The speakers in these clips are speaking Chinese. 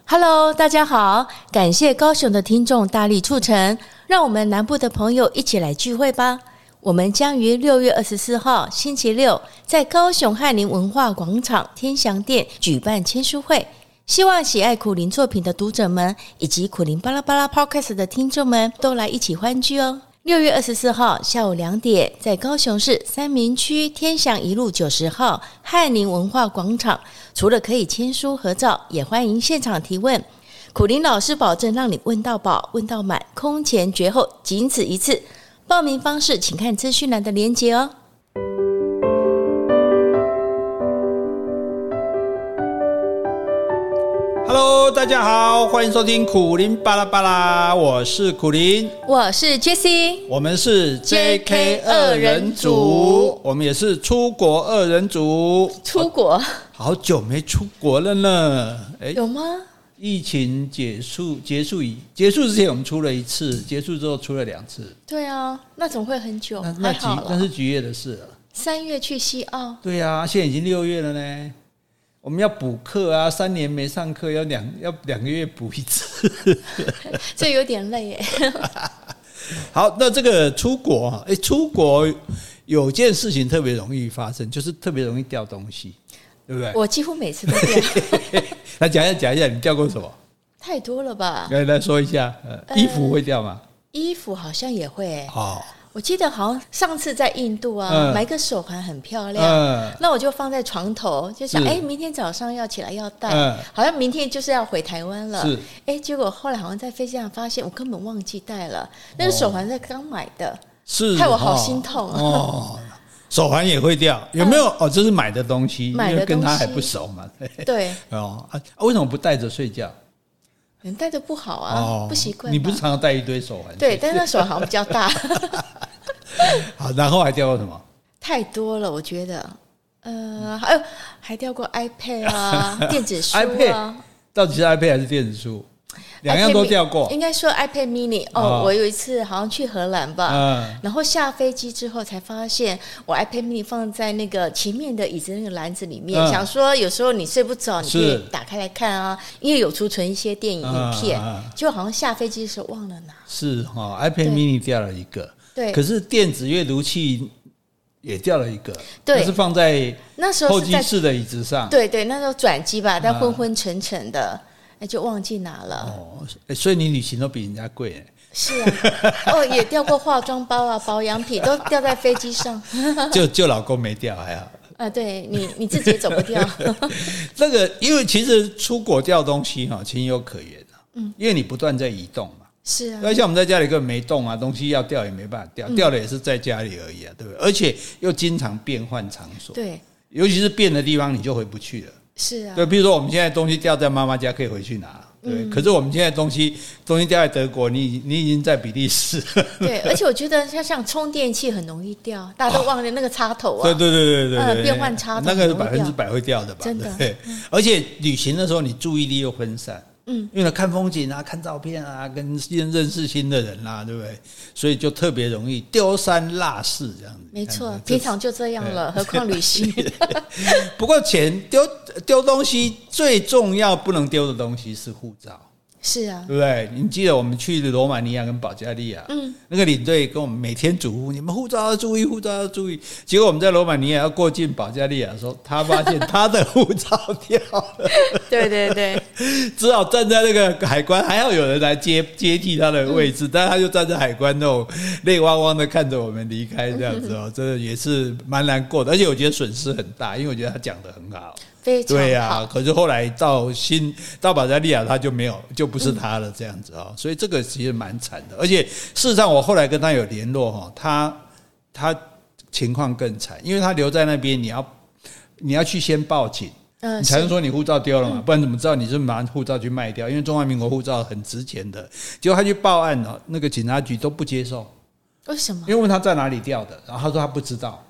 Hello， 大家好，感谢高雄的听众大力促成，让我们南部的朋友一起来聚会吧。我们将于6月24号星期六在高雄翰林文化广场天祥店举办签书会，希望喜爱苦苓作品的读者们以及苦苓巴拉巴拉 Podcast 的听众们都来一起欢聚哦。6月24号下午2点，在高雄市三民区天祥一路90号翰林文化广场，除了可以签书合照，也欢迎现场提问。苦苓老师保证让你问到饱，问到满，空前绝后，仅此一次。报名方式请看资讯栏的连结哦。 Hello， 大家好，欢迎收听苦苓巴拉巴拉，我是苦苓， 我是 Jessie， 我们是 JK 二人组，我们也是出国二人组。 出国？ 好久没出国了呢。 有吗？ 疫情结束之前我们出了一次，结束之后出了2次。 对啊，那怎么会很久？ 那是几月的事了 ？3月去西澳。 对啊，现在已经6月了呢。我们要补课啊，3年没上课，要2个月补一次， 这有点累耶。 好，那这个出国出国有件事情特别容易发生，就是特别容易掉东西，对不对？ 我几乎每次都掉。 来讲一下，你掉过什么？ 太多了吧？ 来说一下，衣服会掉吗？ 衣服好像也会。 哦。 我记得好像上次在印度啊，买个手环很漂亮，那我就放在床头，就想明天早上要起来要戴，好像明天就是要回台湾了，结果后来好像在飞机上发现我根本忘记戴了，那个手环是刚买的，是害我好心痛哦。手环也会掉，有没有？这是买的东西，因为跟他还不熟嘛。 对为什么不带着睡觉？ 可能戴的不好啊，不习惯。 你不是常常戴一堆手环？ 对，但是那手环好像比较大。 好，然后还掉过什么？ 太多了，我觉得。还掉过 iPad 啊，电子书啊。 iPad 到底是 iPad 还是电子书？两样都掉过。 应该说 iPad mini 我有一次好像去荷兰吧，然后下飞机之后才发现我 iPad mini 放在那个前面的椅子那个篮子里面，想说有时候你睡不着，你可以打开来看啊，因为有储存一些电影影片，就好像下飞机的时候忘了拿。 是iPad mini 掉了一个，对，可是电子阅读器也掉了一个，对，是放在候机室的椅子上， 对，那时候转机吧，但昏昏沉沉的。就忘记拿了所以你旅行都比人家贵是啊，也掉过化妆包啊，保养品都掉在飞机上。 就老公没掉还好对你自己也走不掉。 这个因为其实出国掉东西情有可原因为你不断在移动嘛。 是啊， 像我们在家里根本没动啊，东西要掉也没办法掉，掉了也是在家里而已对不对？而且又经常变换场所，对，尤其是变的地方你就回不去了。 是啊， 对，比如说我们现在东西掉在妈妈家，可以回去拿，对。可是我们现在东西掉在德国，你已经在比利时。 对，而且我觉得像充电器很容易掉，大家都忘了那个插头啊。 对， 变换插头那个是100%会掉的吧？ 真的。 对，而且旅行的时候你注意力又分散。因为看风景啊，看照片啊，跟认识新的人啊，对不对？所以就特别容易丢三落四这样子。 没错，平常就这样了，何况旅行。 不过丢东西最重要不能丢的东西是护照。 是啊， 对不对？你记得我们去罗马尼亚跟保加利亚，那个领队跟我们每天嘱咐你们护照要注意，护照要注意。结果我们在罗马尼亚要过境保加利亚的时候，他发现他的护照掉了。 对， 只好站在那个海关，还好有人来接替他的位置，但他就站在海关那种泪汪汪的看着我们离开，这样子真的也是蛮难过的。而且我觉得损失很大，因为我觉得他讲得很好。对啊，可是后来到保加利亚他就没有，就不是他了这样子所以这个其实蛮惨的。而且事实上我后来跟他有联络他情况更惨，因为他留在那边，你要去先报警，你才能说你护照丢了嘛，不然怎么知道你是拿护照去卖掉？因为中华民国护照很值钱的。结果他去报案那个警察局都不接受。 为什么？ 因为问他在哪里掉的，然后他说他不知道。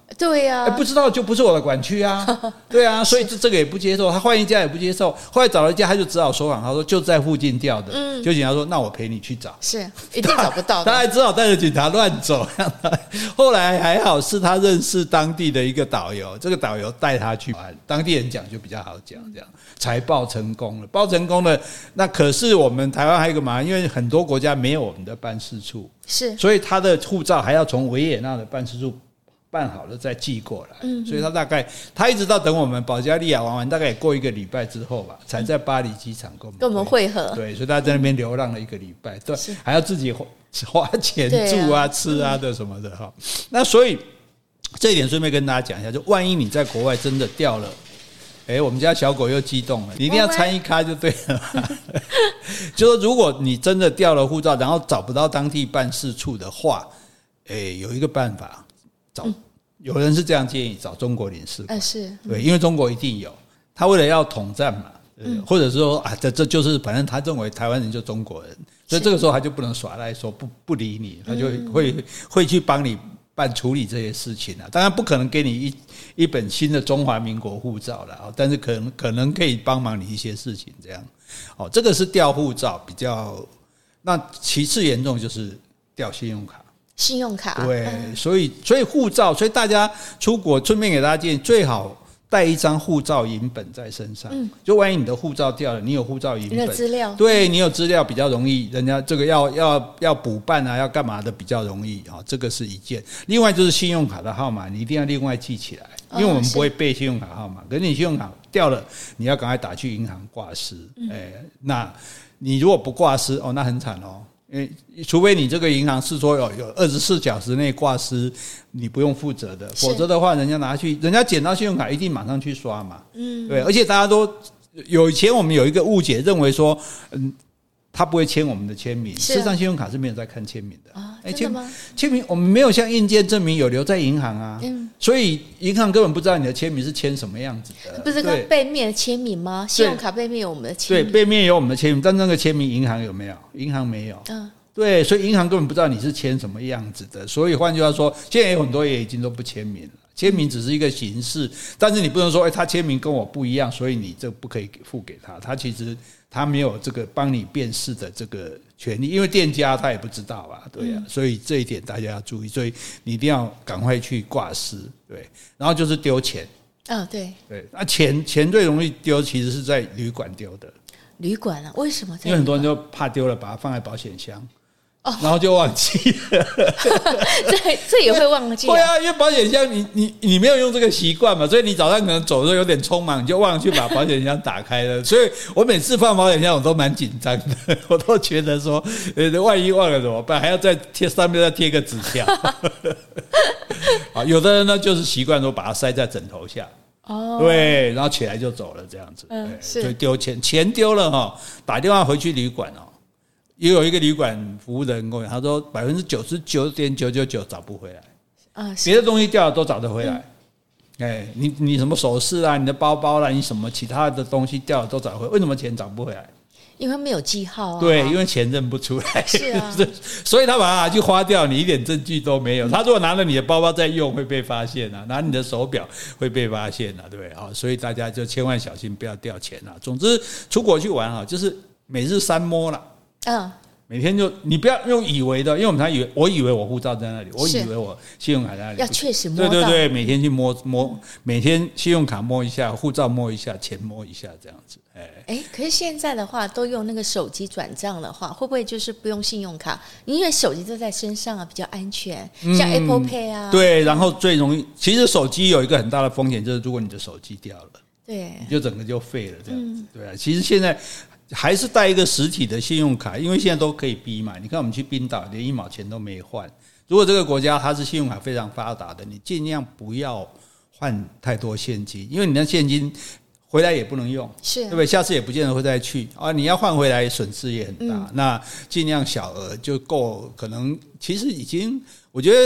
对呀、 不知道就不是我的管区啊，对啊，所以这个也不接受，他换一家也不接受，后来找了一家，他就只好说谎，他说就在附近调的，就警察说那我陪你去找， 是一定找不到的， 他还只好带着警察乱走，后来还好是他认识当地的一个导游，这个导游带他去，当地人讲就比较好讲，这样才报成功了，报成功了。那可是我们台湾还有一个嘛，因为很多国家没有我们的办事处， 是， 所以他的护照还要从维也纳的办事处办好了再寄过来，所以他一直到等我们保加利亚玩完，大概也过1个礼拜之后吧，才在巴黎机场跟我们会合。对，所以他在那边流浪了1个礼拜，对，还要自己花钱住啊、吃啊的什么的哈。那所以这一点顺便跟大家讲一下，就万一你在国外真的掉了。我们家小狗又激动了，你一定要参一咖就对了。就说如果你真的掉了护照，然后找不到当地办事处的话，有一个办法，有人是这样建议，找中国领事馆。是，对，因为中国一定有，他为了要统战嘛，或者说这就是反正他认为台湾人就中国人，所以这个时候他就不能耍赖说不理你，他就会去帮你处理这些事情啊，当然不可能给你一本新的中华民国护照了，但是可能可以帮忙你一些事情，这样。这个是掉护照比较，那其次严重就是掉信用卡。 信用卡， 对，所以护照，所以大家出国顺便给大家建议，最好带一张护照影本在身上，就万一你的护照掉了，你有护照影本， 你有资料， 对，你有资料比较容易，人家这个要补办啊，要干嘛的比较容易啊，这个是一件。另外就是信用卡的号码，你一定要另外记起来，因为我们不会背信用卡号码，可是你信用卡掉了，你要赶快打去银行挂失，那你如果不挂失那很惨哦。因为除非你这个银行是说有24小时内挂失，你不用负责的，否则的话，人家捡到信用卡一定马上去刷嘛。对，而且大家都以前我们有一个误解，认为说，他不会签我们的签名，事实上信用卡是没有在看签名的。 真的吗？ 签名我们没有像印鉴证明有留在银行啊，所以银行根本不知道你的签名是签什么样子的。 不是跟背面的签名吗？信用卡背面有我们的签名， 对，背面有我们的签名，但那个签名银行有没有？银行没有。对，所以银行根本不知道你是签什么样子的。所以换句话说，现在有很多也已经都不签名了。签名只是一个形式，但是你不能说，他签名跟我不一样，所以你这不可以付给他。他其实他没有这个帮你辨识的这个权利，因为店家他也不知道啊，对啊，所以这一点大家要注意，所以你一定要赶快去挂失，对，然后就是丢钱， 对， 那钱最容易丢，其实是在旅馆丢的。 旅馆啊？为什么？ 因为很多人就怕丢了，把它放在保险箱。然后就忘记了， 这也会忘记。 对啊，因为保险箱你没有用这个习惯嘛，所以你早上可能走的时候有点匆忙，你就忘了去把保险箱打开了。所以我每次放保险箱我都蛮紧张的，我都觉得说，万一忘了怎么办？还要再上面再贴个纸条。有的人呢就是习惯说把它塞在枕头下。对，然后起来就走了这样子。所以丢钱丢了打电话回去旅馆也有一个旅馆服务的人跟我讲，他说99.999%找不回来，别的东西掉了都找得回来。你什么首饰啊，你的包包啦，你什么其他的东西掉了都找得回来，为什么钱找不回来？ 因为没有记号啊。 对，因为钱认不出来。 是啊， 所以他把它拿去花掉，你一点证据都没有。他如果拿了你的包包再用，会被发现啊；拿你的手表会被发现啊，对不对？所以大家就千万小心，不要掉钱啊。总之，出国去玩就是每日3摸啦。每天就你不要用以为的，因为我以为我护照在那里，我以为我信用卡在那里， 要确实摸到。 对，每天去摸，每天信用卡摸一下，护照摸一下，钱摸一下，这样子。 可是现在的话都用那个手机转账的话，会不会就是不用信用卡？因为手机都在身上啊，比较安全，像 Apple Pay 啊。 对，然后最容易，其实手机有一个很大的风险，就是如果你的手机掉了， 对， 你就整个就废了，这样子。对啊，其实现在还是带一个实体的信用卡，因为现在都可以逼嘛。你看我们去冰岛连1毛钱都没换。如果这个国家它是信用卡非常发达的，你尽量不要换太多现金，因为你的现金回来也不能用， 是对不对？下次也不见得会再去你要换回来损失也很大。那尽量小额就够，可能其实已经我觉得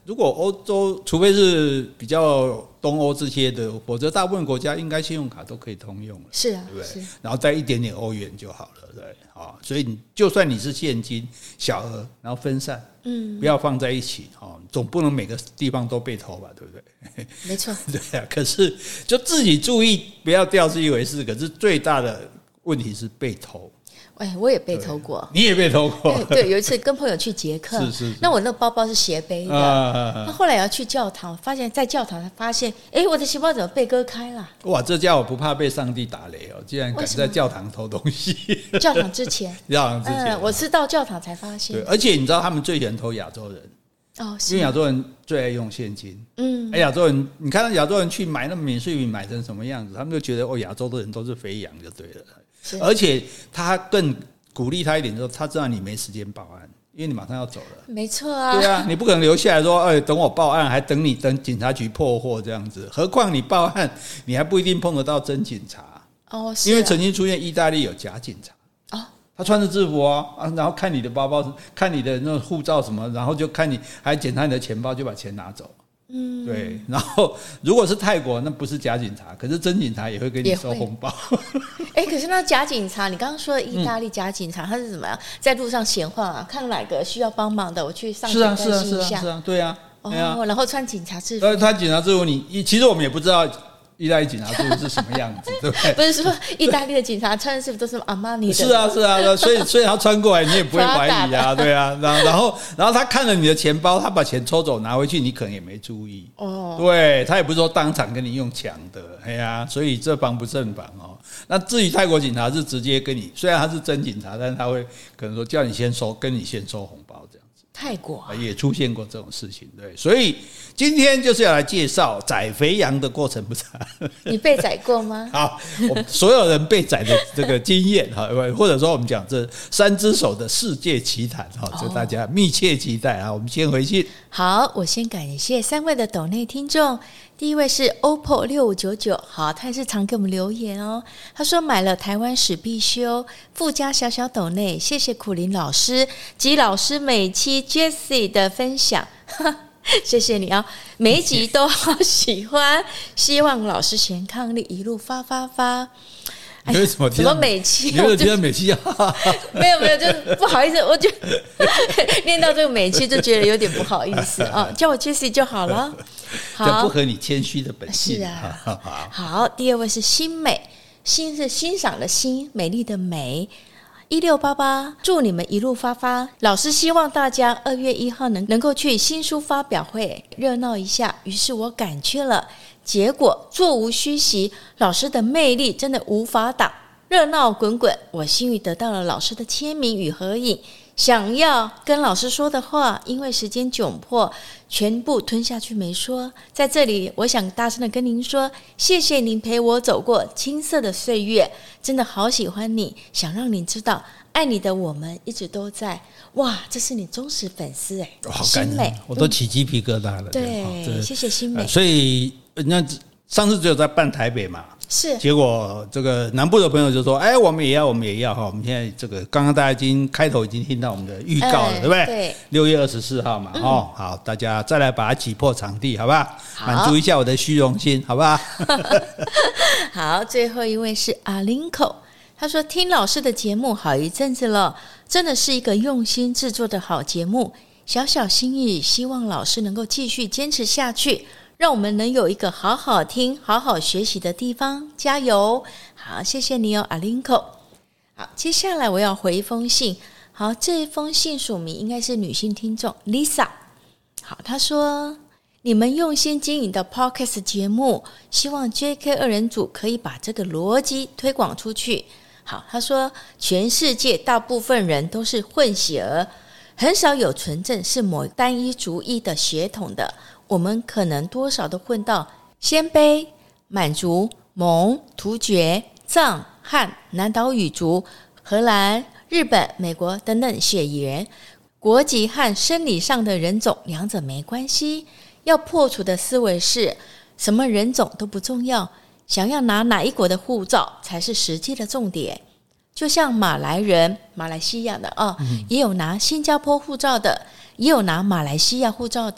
如果欧洲，除非是比较东欧这些的，否则大部分国家应该信用卡都可以通用了， 是啊， 对不对？然后再一点点欧元就好了，对啊。所以你就算你是现金小额，然后分散，不要放在一起哦，总不能每个地方都被偷吧，对不对？ 没错， 对啊。可是就自己注意不要掉是一回事，可是最大的问题是被偷。 哎，我也被偷过， 你也被偷过？ 对，有一次跟朋友去捷克， 是那我那个包包是斜背的，那后来要去教堂，发现在教堂才发现，哎，我的钱包怎么被割开了？ 哇，这家伙不怕被上帝打雷哦，竟然敢在教堂偷东西！ 教堂之前，我是到教堂才发现。 对，而且你知道他们最喜欢偷亚洲人哦，因为亚洲人最爱用现金。亚洲人，你看到亚洲人去买那免税品买成什么样子，他们就觉得哦，亚洲的人都是肥羊就对了。而且他更鼓励他一点，说他知道你没时间报案，因为你马上要走了。没错啊， 对啊，你不可能留下来说，哎，等我报案，还等你等警察局破获这样子。何况你报案，你还不一定碰得到真警察哦，因为曾经出现意大利有假警察哦，他穿着制服啊，然后看你的包包，看你的那种护照什么，然后就看你还检查你的钱包，就把钱拿走。对，然后如果是泰国，那不是假警察，可是真警察也会给你收红包。 可是那假警察，你刚刚说的意大利假警察，他是怎么样？在路上闲晃啊，看哪个需要帮忙的，我去上前关心一下。是啊， 对啊。 然后穿警察制服。 他警察制服，其实我们也不知道意大利警察制服是什么样子，对不对？ 不是说意大利的警察穿的是不是都是阿玛尼的？ 是啊，所以他穿过来你也不会怀疑啊，对啊。然后他看了你的钱包，他把钱抽走拿回去，你可能也没注意哦。对，他也不是说当场跟你用抢的，哎呀，所以这防不胜防哦。那至于泰国警察是直接跟你，虽然他是真警察，但是他会可能说叫你先收，跟你先收红包这样子。 泰国也出现过这种事情，对，所以今天就是要来介绍宰肥羊的过程，不是？ 你被宰过吗？ 好，我们所有人被宰的这个经验哈，或者说我们讲这3只手的世界奇谈哈，这大家密切期待啊。我们先回去。 好，我先感谢3位的斗内听众。第一位是 OPPO6599， 好，他也是常给我们留言哦。他说买了台湾史必修附加小小斗内，谢谢苦苓老师及老师每期 Jessie 的分享，谢谢你啊，每一集都好喜欢，希望老师健康力一路发发发。 你为什么什么每期？ 你有觉得每期没有，就是不好意思，我就念到这个每期就觉得有点不好意思啊，叫我 Jessie 就好了。 好，不合你谦虚的本性。 是啊，好，第2位是欣美，欣是欣赏的欣，美丽的美。1688，祝你们一路发发。老师希望大家2月1号能够去新书发表会热闹一下，于是我赶去了。结果座无虚席，老师的魅力真的无法挡，热闹滚滚。我幸运得到了老师的签名与合影，想要跟老师说的话，因为时间窘迫，全部吞下去没说。在这里，我想大声的跟您说，谢谢您陪我走过青涩的岁月，真的好喜欢你，想让你知道，爱你的我们一直都在。哇，这是你忠实粉丝哎，欣美， 我都起鸡皮疙瘩了。 对，谢谢欣美。 所以那上次只有在办台北嘛， 是， 结果这个南部的朋友就说，哎，我们也要哈。我们现在这个刚刚大家开头已经听到我们的预告了，对不对？ 对 ，6月24号嘛，好，大家再来把它挤破场地，好不好？满足一下我的虚荣心，好不好？ 好，最后一位是阿林口，他说听老师的节目好一阵子了，真的是一个用心制作的好节目，小小心意，希望老师能够继续坚持下去，让我们能有一个好好听、好好学习的地方，加油！好，谢谢你哦，阿林口。好，接下来我要回一封信。好，这一封信署名应该是女性听众 Lisa。好，她说你们用心经营的 Podcast 节目，希望 JK 2人组可以把这个逻辑推广出去。好，她说全世界大部分人都是混血儿，很少有纯正是某单一族裔的血统的。我们可能多少都混到鲜卑、满族、蒙、突厥、藏、汉、南岛语族、荷兰、日本、美国等等血缘，国籍和生理上的人种两者没关系。要破除的思维是什么人种都不重要，想要拿哪一国的护照才是实际的重点。就像马来人，马来西亚的也有拿新加坡护照的，也有拿马来西亚护照的，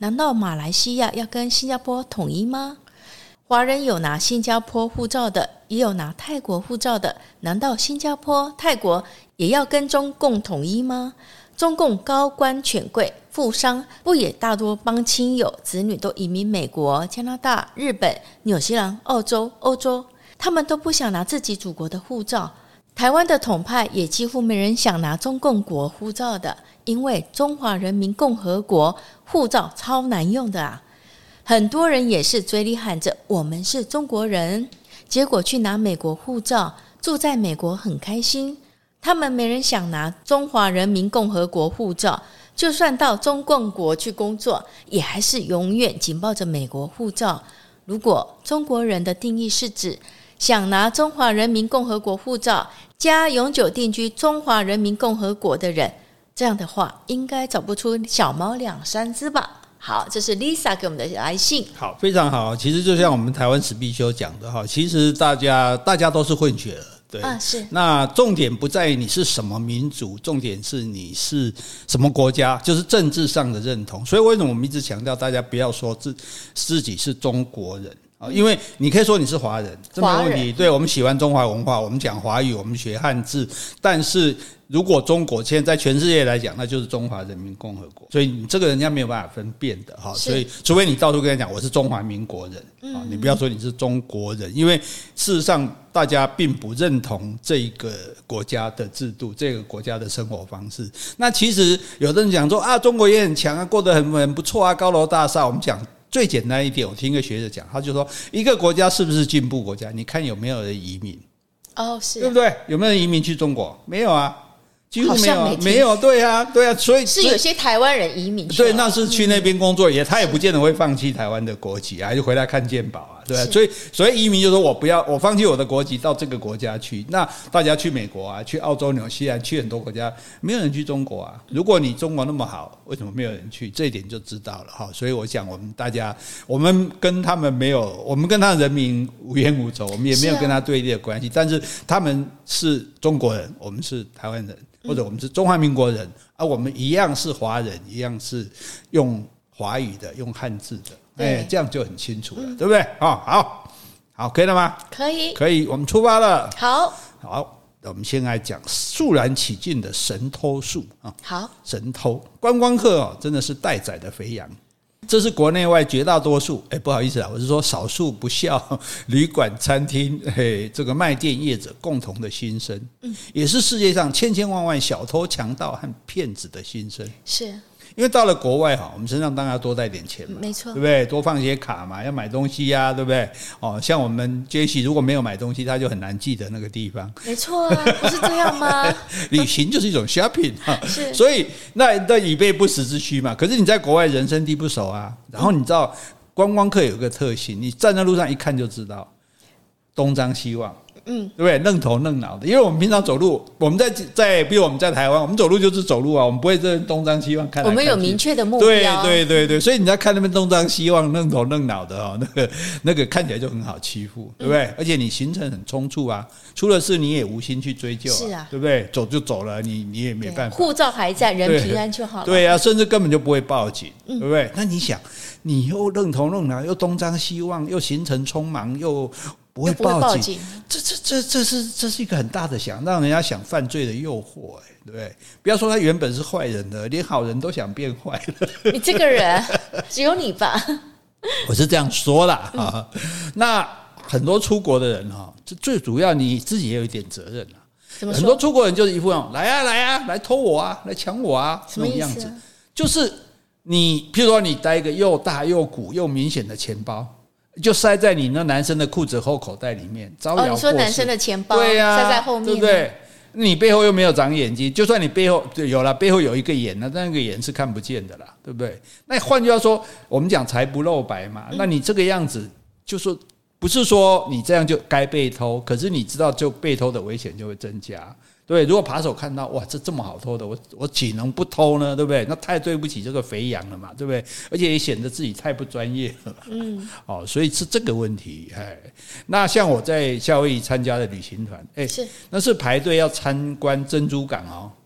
难道马来西亚要跟新加坡统一吗？华人有拿新加坡护照的，也有拿泰国护照的，难道新加坡、泰国也要跟中共统一吗？中共高官权贵、富商不也大多帮亲友、子女都移民美国、加拿大、日本、纽西兰、澳洲、欧洲，他们都不想拿自己祖国的护照。台湾的统派也几乎没人想拿中共国护照的，因为中华人民共和国护照超难用的啊！很多人也是嘴里喊着我们是中国人，结果去拿美国护照，住在美国很开心。他们没人想拿中华人民共和国护照，就算到中共国去工作，也还是永远紧抱着美国护照。如果中国人的定义是指想拿中华人民共和国护照加永久定居中华人民共和国的人，这样的话应该找不出小猫2-3只吧。好，这是 Lisa 给我们的来信。 好，非常好。其实就像我们台湾史必修讲的哈，其实大家都是混血儿。对啊，是。那重点不在于你是什么民族，重点是你是什么国家，就是政治上的认同。所以为什么我们一直强调大家不要说自己是中国人啊？因为你可以说你是华人，这没问题。对，我们喜欢中华文化，我们讲华语，我们学汉字，但是如果中国现在在全世界来讲，那就是中华人民共和国，所以你这个人家没有办法分辨的哈。所以除非你到处跟他讲我是中华民国人啊，你不要说你是中国人，因为事实上大家并不认同这一个国家的制度，这个国家的生活方式。那其实有的人讲说啊，中国也很强啊，过得很不错啊，高楼大厦。我们讲最简单一点，我听一个学者讲，他就说一个国家是不是进步国家，你看有没有人移民。 哦，是， 对不对？有没有人移民去中国？没有啊，几乎没有，没有。对啊，所以是有些台湾人移民去， 对，那是去那边工作，他也不见得会放弃台湾的国籍啊，就回来看健保啊，对啊。所以移民就是说我放弃我的国籍到这个国家去。那大家去美国啊，去澳洲、纽西兰，去很多国家，没有人去中国啊。如果你中国那么好，为什么没有人去？这一点就知道了哈。所以我想我们跟他们没有，我们跟他人民无冤无仇，我们也没有跟他对立的关系。但是他们是中国人，我们是台湾人。或者我们是中华民国人啊，我们一样是华人，一样是用华语的，用汉字的，这样就很清楚了，对不对？好，可以了吗？可以，我们出发了。好，我们先来讲肃然起敬的神偷术啊。好，神偷观光客真的是待宰的肥羊。这是国内外绝大多数，不好意思啊，我是说少数不孝旅馆、餐厅，这个卖店业者共同的心声，也是世界上千千万万小偷、强盗和骗子的心声。是。因为到了国外我们身上当然要多带点钱嘛，没错，对不对？多放一些卡嘛，要买东西啊，对不对？像我们杰西如果没有买东西，他就很难记得那个地方。没错啊，不是这样吗？旅行就是一种 shopping 是，所以那以备不时之需嘛。可是你在国外人生地不熟啊，然后你知道观光客有个特性，你站在路上一看就知道，东张西望。对不对？愣头愣脑的，因为我们平常走路，我们比如我们在台湾，我们走路就是走路啊，我们不会这东张西望看来看去。我们有明确的目标。对，所以你在看那边东张西望、愣头愣脑的那个看起来就很好欺负，对不对？而且你行程很匆促啊，出了事你也无心去追究，是啊，对不对？走就走了，你也没办法，护照还在，人平安就好了。对啊，甚至根本就不会报警，对不对？那你想，你又愣头愣脑，又东张西望，又行程匆忙，又不会报警，这是一个很大的让人家想犯罪的诱惑，对不对？不要说他原本是坏人的，连好人都想变坏了。你这个人只有你吧？我是这样说啦。那很多出国的人最主要你自己也有一点责任。很多出国人就是一副来啊，来偷我啊，来抢我啊，什么样子？就是你，譬如说你带一个又大又鼓又明显的钱包。就塞在你那男生的裤子后口袋里面，招摇过市。你说男生的钱包，对啊，塞在后面，对不对？你背后又没有长眼睛，就算你背后有了，背后有一个眼，那个眼是看不见的啦，对不对？那换句话说，我们讲财不露白嘛，那你这个样子，就说不是说你这样就该被偷，可是你知道，就被偷的危险就会增加。对，如果扒手看到哇，这么好偷的，我岂能不偷呢？对不对？那太对不起这个肥羊了嘛，对不对？而且也显得自己太不专业了。所以是这个问题。那像我在夏威夷参加的旅行团，那是排队要参观珍珠港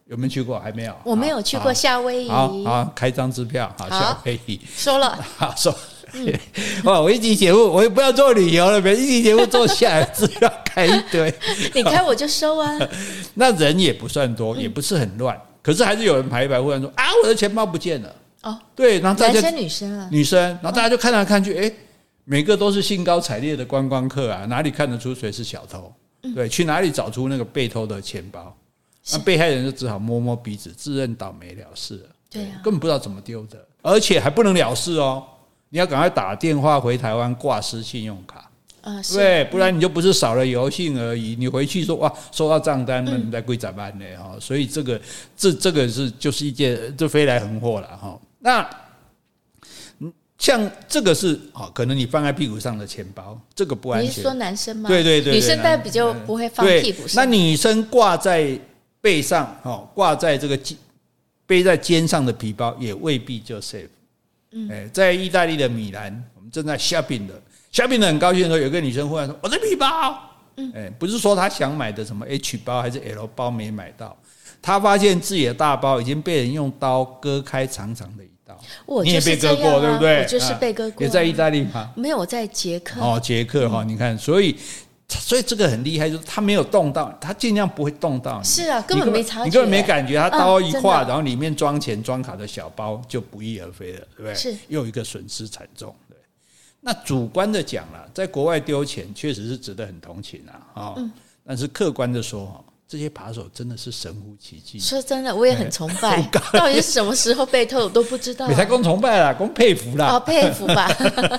有没有去过？还没有， 我没有去过夏威夷。 好，开张支票，好，夏威夷收了， 好收。哇！我一集节目，我也不要做旅游了，每一集节目做下来，资料开一堆， 你开我就收啊。 那人也不算多，也不是很乱，可是还是有人排一排，忽然说啊，我的钱包不见了。哦，对，然后大家男生女生啊， 女生，然后大家就看来看去，哎，每个都是兴高采烈的观光客啊，哪里看得出谁是小偷？对，去哪里找出那个被偷的钱包？那被害人就只好摸摸鼻子，自认倒霉了事了。 对啊， 根本不知道怎么丢的，而且还不能了事哦。你要赶快打电话回台湾挂失信用卡，对，不然你就不是少了邮信而已。你回去说哇，收到账单，那在归咋办呢？哈，所以这个就是一件这飞来横祸了哈。那像这个是可能你放在屁股上的钱包，这个不安全。 你是说男生吗？ 对， 女生但比较不会放屁股上。 那女生挂在背上，挂在这个背在肩上的皮包也未必就 safe。在意大利的米兰，我们正在 shopping 的很高兴的时候，有个女生忽然说：“我的皮包。”不是说她想买的什么 H 包还是 L 包没买到，她发现自己的大包已经被人用刀割开长长的一刀。你也被割过，对不对？ 我就是被割过。 也在意大利吗？ 没有，我在捷克。 捷克哈，你看，所以这个很厉害，就是他没有动到，他尽量不会动到你。 是啊，根本没察觉， 你根本没感觉，他刀一划，然后里面装钱装卡的小包就不翼而飞了，对不对？ 是， 又一个损失惨重。对，那主观的讲啦，在国外丢钱确实是值得很同情啊，但是客观的说，这些扒手真的是神乎其技。 说真的，我也很崇拜，到底是什么时候被偷我都不知道。 没太公崇拜啦，公佩服啦。 佩服吧。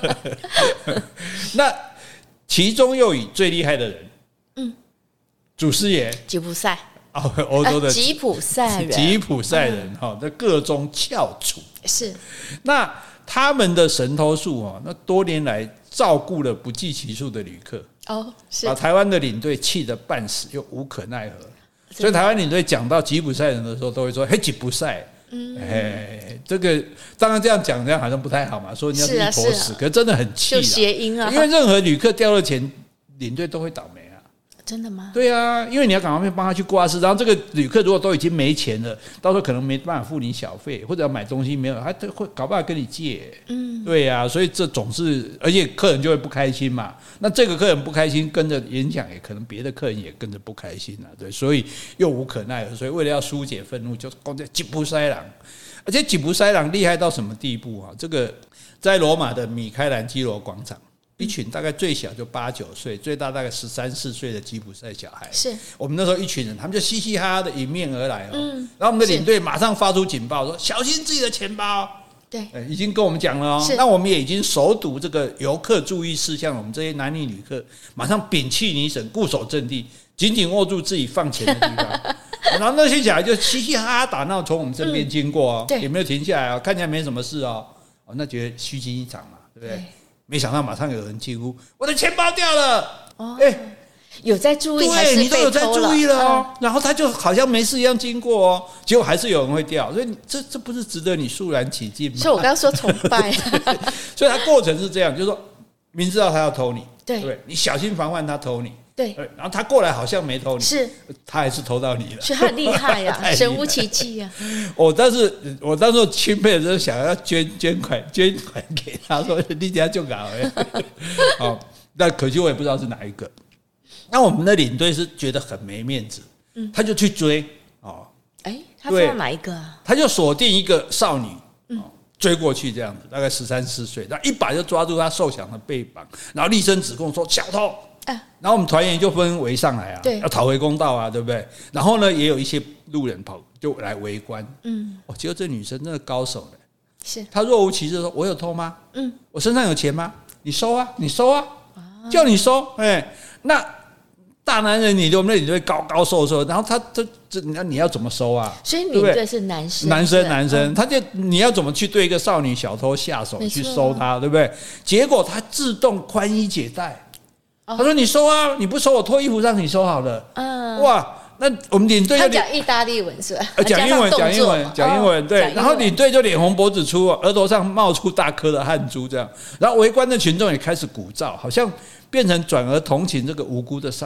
那其中又以最厉害的人，祖师爷吉普赛， 欧洲的吉普赛人的各中翘楚。 是， 那他们的神偷术那多年来照顾了不计其数的旅客， 是把台湾的领队气得半死又无可奈何。所以台湾领队讲到吉普赛人的时候，都会说：“嘿，吉普赛。”这个当然这样讲，这样好像不太好嘛，说人家是一坨屎，可是真的很气， 就谐音啊。 因为任何旅客掉了钱，领队都会倒霉啊。 真的吗？ 对啊，因为你要赶快帮他去挂失，然后这个旅客如果都已经没钱了，到时候可能没办法付你小费，或者要买东西没有，他会搞不好跟你借。对啊，所以这总是，而且客人就会不开心嘛。那这个客人不开心，跟着影响也可能别的客人也跟着不开心啊。对，所以又无可奈何，所以为了要疏解愤怒，就光在吉普赛人。而且吉普赛人厉害到什么地步啊？这个在罗马的米开朗基罗广场。一群大概最小就8、9岁，最大大概13、14岁的吉普赛小孩， 是我们那时候一群人，他们就嘻嘻哈哈的迎面而来然后我们的领队马上发出警报说：“小心自己的钱包。”对，已经跟我们讲了那我们也已经熟读这个游客注意事项，我们这些男女旅客马上屏气凝神，固守阵地，紧紧握住自己放钱的地方。然后那些小孩就嘻嘻哈哈打闹从我们身边经过也没有停下来看起来没什么事那觉得虚惊一场嘛，对不对？没想到马上有人惊呼：“我的钱包掉了！” 有在注意， 对你都有在注意了然后他就好像没事一样经过结果还是有人会掉，所以这不是值得你肃然起敬吗？ 所以我刚刚说崇拜， 所以他过程是这样，就是说明知道他要偷你， 对， 你小心防范他偷你。 对， 然后他过来好像没偷你， 是他还是偷到你了， 所以他很厉害呀，神乎其技呀。 但是我当时钦佩的时候，想要捐款给他，说你家就搞那可惜我也不知道是哪一个。那我们的领队是觉得很没面子，他就去追他知道哪一个啊？ 他就锁定一个少女，追过去这样子，大概13、14岁，然后一把就抓住他瘦小的背膀，然后厉声指控说小偷。然后我们团员就纷纷围上来要讨回公道啊，对不对？然后呢，也有一些路人就来围观。结果这女生真的高手了， 是她若无其事说：“我有偷吗？我身上有钱吗？你收啊，你收啊，叫你收。”那大男人我们那领队高高瘦瘦，然后他你要怎么收啊？ 所以领队是男生， 男生，他就你要怎么去对一个少女小偷下手去收他，对不对？结果他自动宽衣解带。他说：“你收啊，你不收我脱衣服让你收好了。”哇，那我们领队他讲意大利文是吧？ 讲英文，对。然后领队就脸红脖子粗，额头上冒出大颗的汗珠，这样。然后围观的群众也开始鼓噪，好像变成转而同情这个无辜的少女。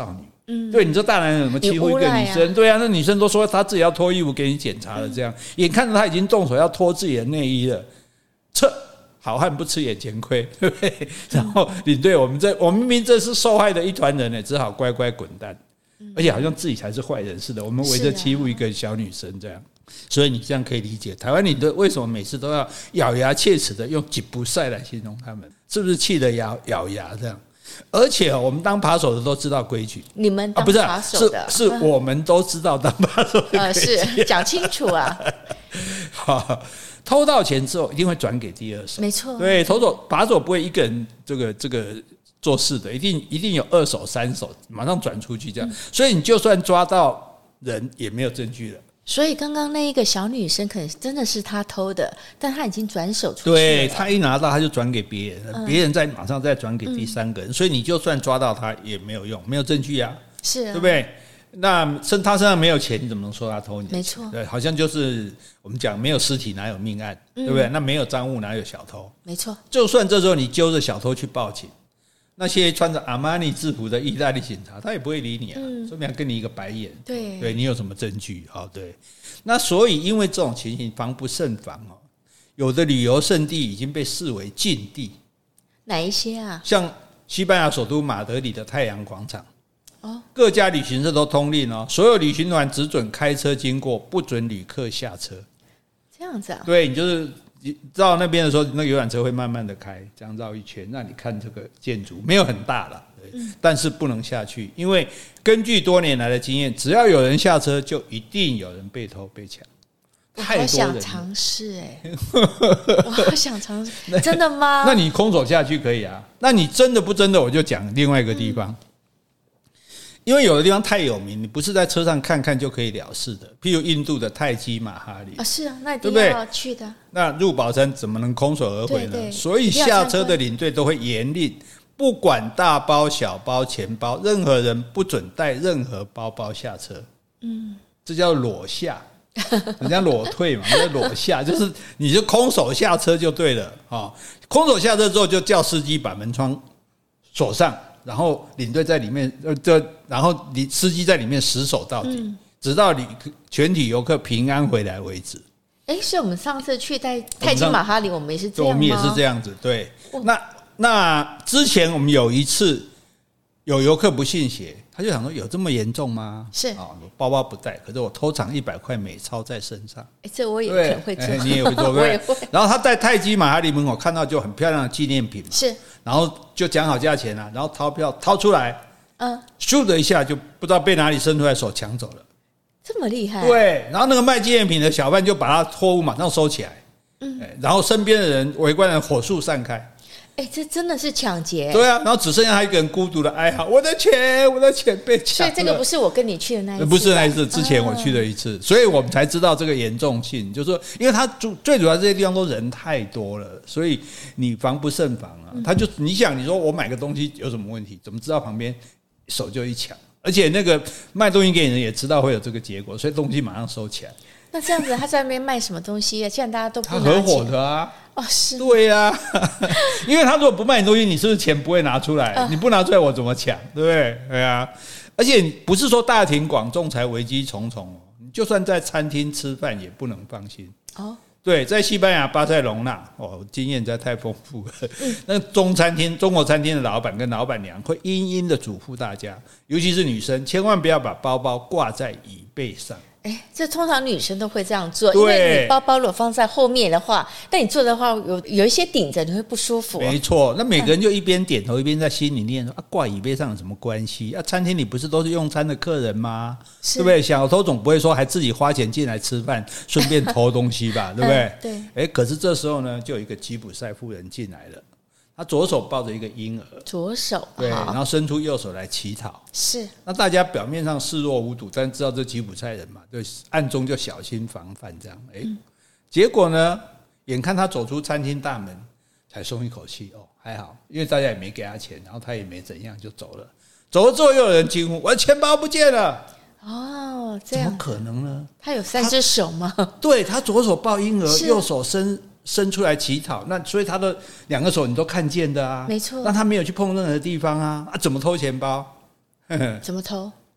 对，你说大男人怎么欺负一个女生？对啊，那女生都说她自己要脱衣服给你检查了，这样眼看着她已经动手要脱自己的内衣了，好汉不吃眼前亏，对不对？然后领队，我们明明这是受害的一团人呢，只好乖乖滚蛋，而且好像自己才是坏人似的，我们围着欺负一个小女生这样。所以你这样可以理解台湾领队为什么每次都要咬牙切齿的用吉普赛来形容他们，是不是气得咬牙这样？而且我们当扒手的都知道规矩， 你们当扒手的， 是我们都知道当扒手的规矩， 是讲清楚啊。 好，偷到钱之后一定会转给第二手， 没错。 对，扒手不会一个人这个做事的，一定有二手三手，马上转出去这样。所以你就算抓到人，也没有证据了。 所以刚刚那一个小女生可能真的是她偷的，但她已经转手出去了。 对，她一拿到她就转给别人，别人再马上再转给第三个人，所以你就算抓到她也没有用，没有证据啊， 是啊， 对不对？那他身上没有钱，你怎么能说他偷你的钱？ 没错， 对，好像就是我们讲没有尸体哪有命案，对不对？那没有赃物哪有小偷？ 没错， 就算这时候你揪着小偷去报警，那些穿着阿玛尼制服的意大利警察他也不会理你啊，说明跟你一个白眼。对你有什么证据？对。那所以因为这种情形防不胜防有的旅游胜地已经被视为禁地。 哪一些啊？ 像西班牙首都马德里的太阳广场。各家旅行社都通令所有旅行团只准开车经过，不准旅客下车。 这样子啊？ 对，你就是到那边的时候，那个游览车会慢慢的开，这样绕一圈，让你看这个建筑，没有很大啦，但是不能下去，因为根据多年来的经验，只要有人下车，就一定有人被偷被抢。 我好想尝试我好想尝试，真的吗？ 那你空手下去可以啊，那你真的不真的，我就讲另外一个地方。因为有的地方太有名，你不是在车上看看就可以了事的。譬如印度的泰姬玛哈里是啊，那一定要去的。 那入宝山怎么能空手而回呢？对，所以下车的领队都会严令，不管大包小包钱包，任何人不准带任何包包下车。这叫裸下，人家裸退嘛，叫裸下，就是你就空手下车就对了空手下车之后，就叫司机把门窗锁上。然后领队在里面，然后司机在里面死守到底，直到全体游客平安回来为止。 所以我们上次去泰姬玛哈里，我们也是这样吗？ 我们也是这样子，对。那之前我们有一次有游客不信邪，他就想说有这么严重吗？ 是包包不带，可是我偷藏100块美钞在身上。 这我也可能会做， 你也会做， 我也会。 然后他在泰姬玛哈里门口看到就很漂亮的纪念品嘛， 是。 然后就讲好价钱然后钞票掏出来，咻的一下就不知道被哪里伸出来手抢走了， 这么厉害？ 对，然后那个卖纪念品的小贩就把他货物马上收起来，然后身边的人围观人火速散开。 这真的是抢劫。 对啊，然后只剩下他一个人孤独的哀嚎，我的钱被抢了。 所以这个不是我跟你去的那一次， 不是那一次，之前我去了一次，所以我们才知道这个严重性。就是说，因为他最主要这些地方都人太多了，所以你防不胜防啊。他就你说我买个东西有什么问题，怎么知道旁边手就一抢？而且那个卖东西给你人也知道会有这个结果，所以东西马上收起来。 那这样子他在那边卖什么东西既然大家都不拿钱， 他合伙的啊。 是， 对啊，因为他如果不卖你东西，你是不是钱不会拿出来？你不拿出来，我怎么抢？对不对？对啊，而且不是说大庭广众才危机重重你就算在餐厅吃饭也不能放心对，在西班牙巴塞隆纳经验实在太丰富了。那中国餐厅的老板跟老板娘会殷殷的嘱咐大家，尤其是女生，千万不要把包包挂在椅背上。 这通常女生都会这样做，因为你包包如果放在后面的话，但你做的话有一些顶着，你会不舒服。 没错，那每个人就一边点头一边在心里念说挂椅背上有什么关系餐厅里不是都是用餐的客人吗？对不对？小偷总不会说还自己花钱进来吃饭，顺便偷东西吧？对不对？对。可是这时候呢，就有一个吉普赛妇人进来了。他左手抱着一个婴儿， 左手对，然后伸出右手来乞讨。 是， 那大家表面上视若无睹，但知道这吉普赛人嘛，对，暗中就小心防范这样。结果呢，眼看他走出餐厅大门，才松一口气还好，因为大家也没给他钱，然后他也没怎样就走了。走了之后，又有人惊呼：“我的钱包不见了！” 这样怎么可能呢？ 他有3只手吗？ 对，他左手抱婴儿，右手伸出来乞讨，那所以他的2个手你都看见的啊， 没错。 那他没有去碰任何地方啊，怎么偷钱包？ 怎么偷？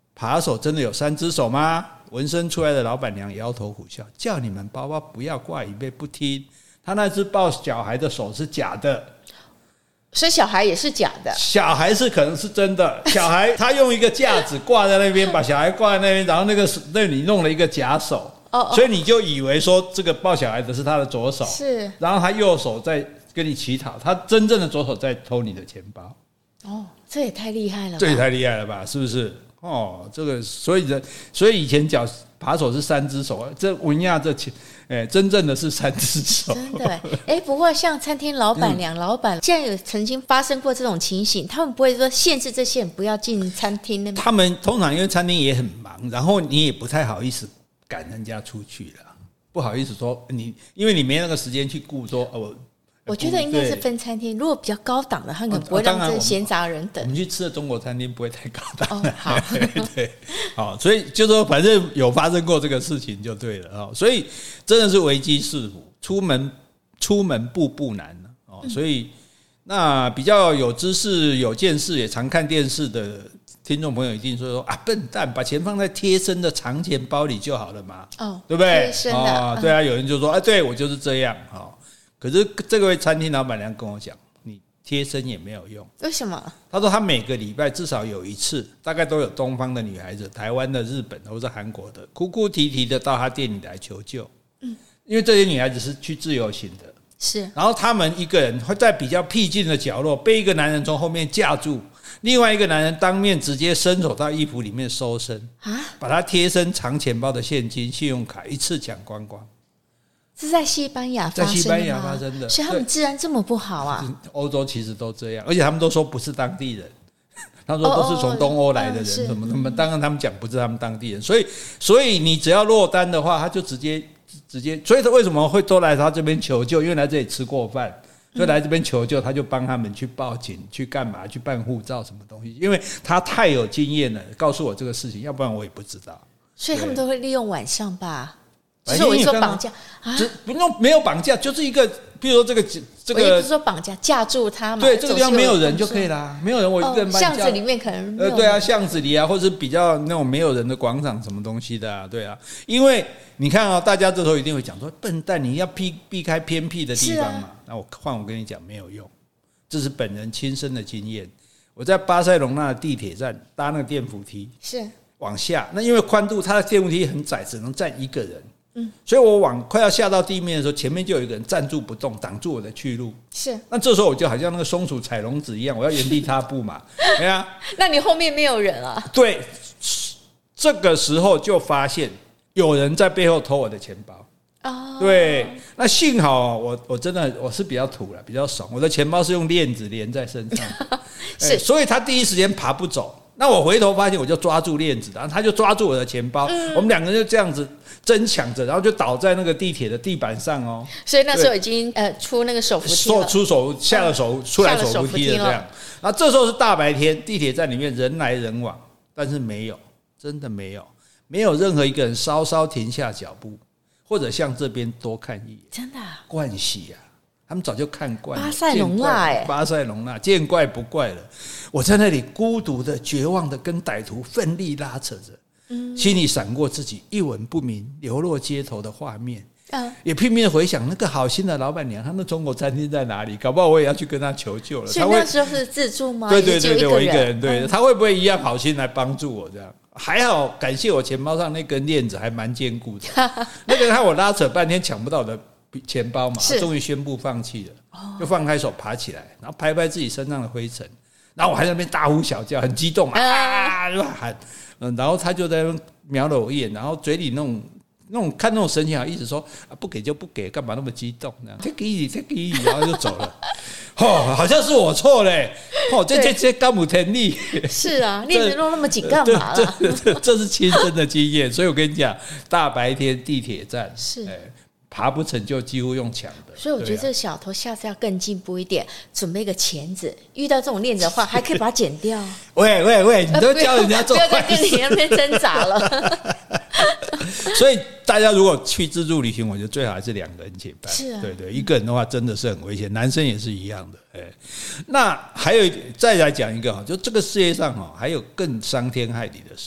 扒手真的有3只手吗？纹身出来的老板娘摇头苦笑，叫你们包包不要挂椅背不听，他那只抱小孩的手是假的， 所以小孩也是假的， 小孩是可能是真的，小孩他用一个架子挂在那边，把小孩挂在那边，然后那你弄了一个假手，所以你就以为说这个抱小孩的是他的左手， 是， 然后他右手在跟你乞讨，他真正的左手在偷你的钱包。 这也太厉害了吧， 这也太厉害了吧，是不是？这个所以以前讲扒手是3只手，这文亚真正的是3只手， 真的。不过像餐厅老板娘、老板，既然有曾经发生过这种情形，他们不会说限制这些人不要进餐厅的吗？ 他们通常因为餐厅也很忙，然后你也不太好意思赶人家出去了，不好意思说因为你没那个时间去顾说我觉得应该是分餐厅，如果比较高档的，他可能不会让这闲杂人等。 我们去吃的中国餐厅不会太高档好对，好，所以就说反正有发生过这个事情就对了，所以真的是危机四伏，出门步步难所以那比较有知识有见识也常看电视的听众朋友一定说笨蛋，把钱放在贴身的长钱包里就好了嘛，对不对？ 贴身的对啊，有人就说对我就是这样可是这位餐厅老板娘跟我讲，你贴身也没有用。 为什么？ 他说他每个礼拜至少有一次，大概都有东方的女孩子，台湾的、日本的或者韩国的，哭哭啼啼的到他店里来求救。因为这些女孩子是去自由行的， 是， 然后他们一个人会在比较僻静的角落被一个男人从后面架住，另外一个男人当面直接伸手到衣服里面搜身把他贴身长钱包的现金、信用卡一次抢光光。 是在西班牙发生的吗？ 在西班牙发生的， 所以他们治安这么不好啊？ 欧洲其实都这样，而且他们都说不是当地人，他说都是从东欧来的人，什么他们当然他们讲不是他们当地人，所以你只要落单的话，他就直接，所以他为什么会都来他这边求救？因为来这里吃过饭，所以来这边求救，他就帮他们去报警，去干嘛？去办护照什么东西？因为他太有经验了，告诉我这个事情，要不然我也不知道。 所以他们都会利用晚上吧？就是我一说绑架不用，没有绑架，就是一个，比如说这个， 我也不是说绑架，架住他嘛。 对，这个地方没有人就可以啦，没有人我一个人巷子里面可能没有对啊，巷子里啊，或者比较那种没有人的广场什么东西的对啊，因为你看大家这时候一定会讲说，笨蛋，你要避开偏僻的地方嘛。那我跟你讲没有用，这是本人亲身的经验。我在巴塞隆纳的地铁站搭那个电扶梯，是往下，那因为宽度，它的电扶梯很窄，只能站一个人。所以我快要下到地面的时候，前面就有一个人站住不动，挡住我的去路。是，那这时候我就好像那个松鼠踩笼子一样，我要原地踏步嘛。对啊， 那你后面没有人啊？ 对，这个时候就发现有人在背后偷我的钱包。对，那幸好我真的我是比较土了，比较爽，我的钱包是用链子连在身上是，所以他第一时间爬不走。那我回头发现，我就抓住链子，然后他就抓住我的钱包，我们两个人就这样子争抢着，然后就倒在那个地铁的地板上所以那时候已经出那个手扶梯了， 下了出来手扶梯了这样。然后这时候是大白天，地铁站里面人来人往，但是真的没有任何一个人稍稍停下脚步，或者向这边多看一眼。 真的惯习他们早就看惯了。 巴塞隆纳巴塞隆纳见怪不怪了。我在那里孤独的、绝望的跟歹徒奋力拉扯着，心里闪过自己一文不名流落街头的画面，也拼命的回想那个好心的老板娘，她那中国餐厅在哪里？搞不好我也要去跟她求救了。 所以那时候是自助吗？ 对，我一个人。对，她会不会一样好心来帮助我？这样还好，感谢我钱包上那根链子还蛮坚固的。那个让我拉扯半天抢不到我的钱包嘛，终于宣布放弃了，就放开手爬起来，然后拍拍自己身上的灰尘。然后我还在那边大呼小叫，很激动就喊，然后他就在那边瞄了我一眼，然后嘴里那种看那种神情，一直说不给就不给，干嘛那么激动呢 ？Take it， 然后就走了。好像是我错嘞，这干母天力。 是啊，链子弄那么紧干嘛啦？ 这是亲身的经验，所以我跟你讲，大白天地铁站是。爬不成就几乎用抢的， 所以我觉得这个小偷下次要更进步一点，准备一个钳子，遇到这种链子的话，还可以把它剪掉。 喂，你都教人家做坏事，不要再跟你那边挣扎了。 所以大家如果去自助旅行，我觉得最好还是2个人结伴。 是啊， 对，一个人的话真的是很危险，男生也是一样的。那还有再来讲一个就这个世界上还有更伤天害理的事。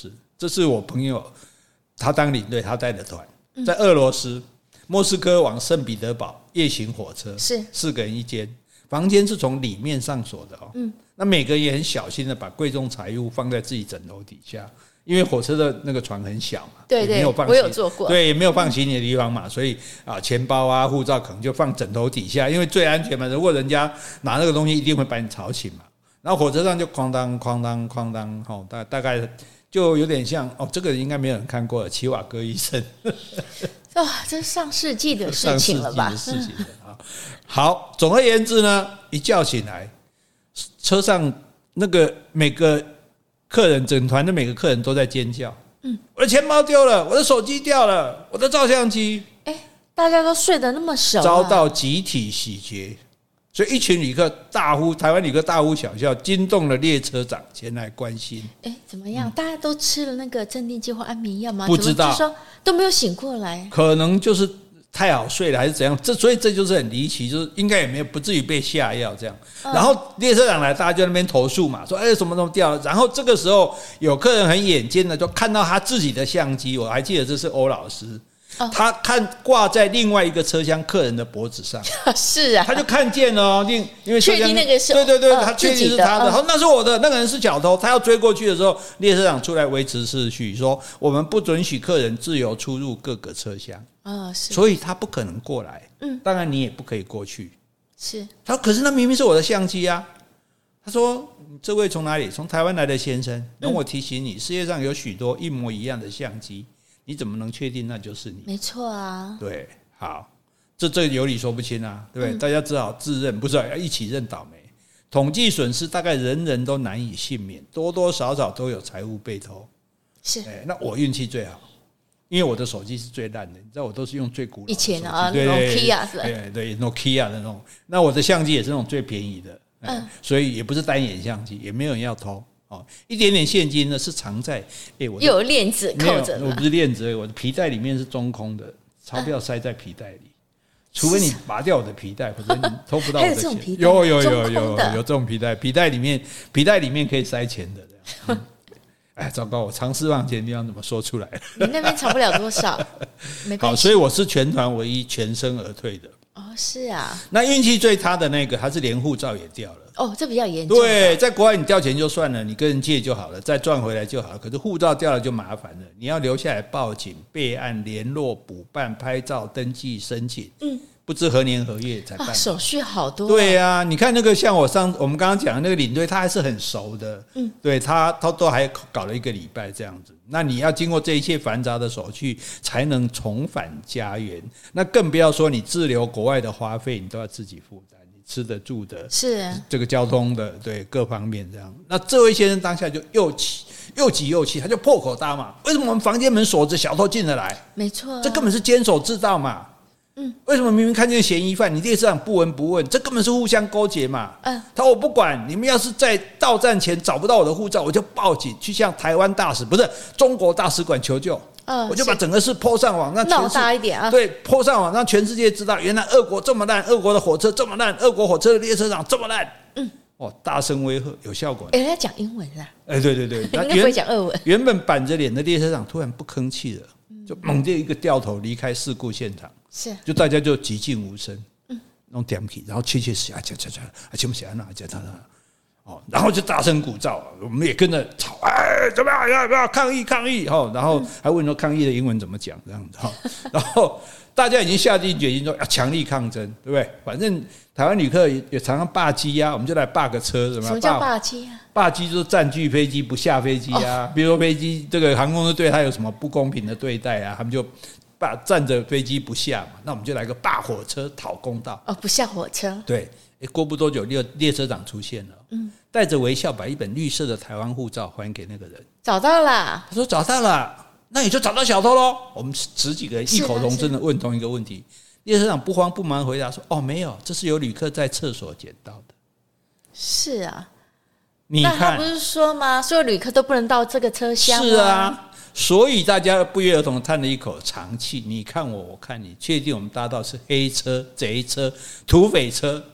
这是我朋友，他当领队，他带的团，在俄罗斯莫斯科往圣彼得堡夜行火车， 是 4个人一间，房间是从里面上锁的那每个人也很小心的把贵重财物放在自己枕头底下，因为火车的那个床很小嘛， 对对，我有坐过， 对，也没有放行李的地方嘛，所以钱包啊、护照可能就放枕头底下，因为最安全嘛。如果人家拿那个东西，一定会把你吵醒嘛。然后火车上就哐当哐当哐当，大概就有点像这个应该没有人看过的齐瓦戈医生这是上世纪的事情了吧？ 上世纪的事情了好，总而言之呢，一觉醒来，车上那个每个客人，整团的每个客人都在尖叫。我的钱包丢了，我的手机掉了，我的照相机。 大家都睡得那么熟遭到集体洗劫，所以一群旅客大呼，台湾旅客大呼小叫，惊动了列车长前来关心。 怎么样？大家都吃了那个镇定剂或安眠药吗？ 不知道， 就说都没有醒过来， 可能就是太好睡了，还是怎样？所以这就是很离奇，就是应该也没有不至于被下药这样。然后列车长来，大家就在那边投诉嘛，说什么掉了。然后这个时候有客人很眼尖的就看到他自己的相机，我还记得这是欧老师。他挂在另外一个车厢客人的脖子上， 是啊， 他就看见了因为车厢确定那个是对，他确定是他的，那是我的，那个人是小偷，他要追过去的时候，列车长出来维持秩序，说我们不准许客人自由出入各个车厢是， 所以他不可能过来，当然你也不可以过去， 是。 他说可是那明明是我的相机啊，他说这位从哪里？从台湾来的先生，容我提醒你，世界上有许多一模一样的相机。你怎么能确定那就是你？ 没错啊， 对，好，这有理说不清啊，对不对？大家只好自认，不是要一起认倒霉。统计损失大概人人都难以幸免，多多少少都有财物被偷。 是， 那我运气最好，因为我的手机是最烂的，你知道我都是用最古老的手机， 以前Nokia 是吧？ 对 Nokia 的那种。那我的相机也是那种最便宜的，所以也不是单眼相机，也没有人要偷。一点点现金呢是藏在我又有链子扣着， 我不是链子，我的皮带里面是中空的，钞票塞在皮带里，除非你拔掉我的皮带，否则你偷不到我的钱。有这种皮带，皮带里面可以塞钱的这样。糟糕，我藏私房钱的地方怎么说出来了？ 你那边藏不了多少，没关系。 好，所以我是全团唯一全身而退的。 是啊。 那运气最差的那个，他是连护照也掉了。 这比较严重。 对，在国外你掉钱就算了，你跟人借就好了，再赚回来就好了。可是护照掉了就麻烦了，你要留下来报警、备案、联络、补办、拍照、登记、申请。不知何年何月才办， 手续好多。 对啊，你看那个像我们刚刚讲的那个领队，他还是很熟的。对他都还搞了1个礼拜这样子。那你要经过这一切繁杂的手续，才能重返家园。那更不要说你滞留国外的花费，你都要自己负担。吃的住的， 是这个交通的，对各方面这样。那这位先生当下就又急又气，他就破口大骂：为什么我们房间门锁着，小偷进得来？ 没错， 这根本是监守自盗嘛。为什么明明看见嫌疑犯，你列车长不闻不问？这根本是互相勾结嘛。他说我不管，你们要是在到站前找不到我的护照，我就报警去向台湾大使，不是中国大使馆求救。我就把整个事抛上网，让闹大一点啊！ 对，抛上网，让全世界知道，原来俄国这么烂，俄国的火车这么烂，俄国火车的列车长这么烂。大声威吓有效果。 他讲英文啦。 对， 应该不会讲俄文。 原本板着脸的列车长突然不吭气了，就猛地一个掉头离开事故现场。 是， 就大家就寂静无声，弄点起，然后窃窃私语，请不起来，然后就大声鼓噪，我们也跟着吵，怎么样？要抗议抗议！然后还问说抗议的英文怎么讲这样子，然后大家已经下定决心说要强力抗争，对不对？反正台湾旅客也常常霸机啊，我们就来霸个车，什么叫霸机啊？ 霸机就是占据飞机不下飞机啊，比如说飞机这个航空队他有什么不公平的对待啊，他们就站着飞机不下嘛，那我们就来个霸火车讨公道。 不下火车。 对，过不多久列车长出现了，带着微笑把一本绿色的台湾护照还给那个人。 找到了。 他说找到了，那你就找到小偷咯。我们10几个人异口同声的问同一个问题。列车长不慌不忙回答说：没有，这是有旅客在厕所捡到的。 是啊， 你看， 那他不是说吗？所有旅客都不能到这个车厢吗？ 是啊。所以大家不约而同叹了一口长气，你看我，我看你，确定我们搭到是黑车、贼车、土匪车，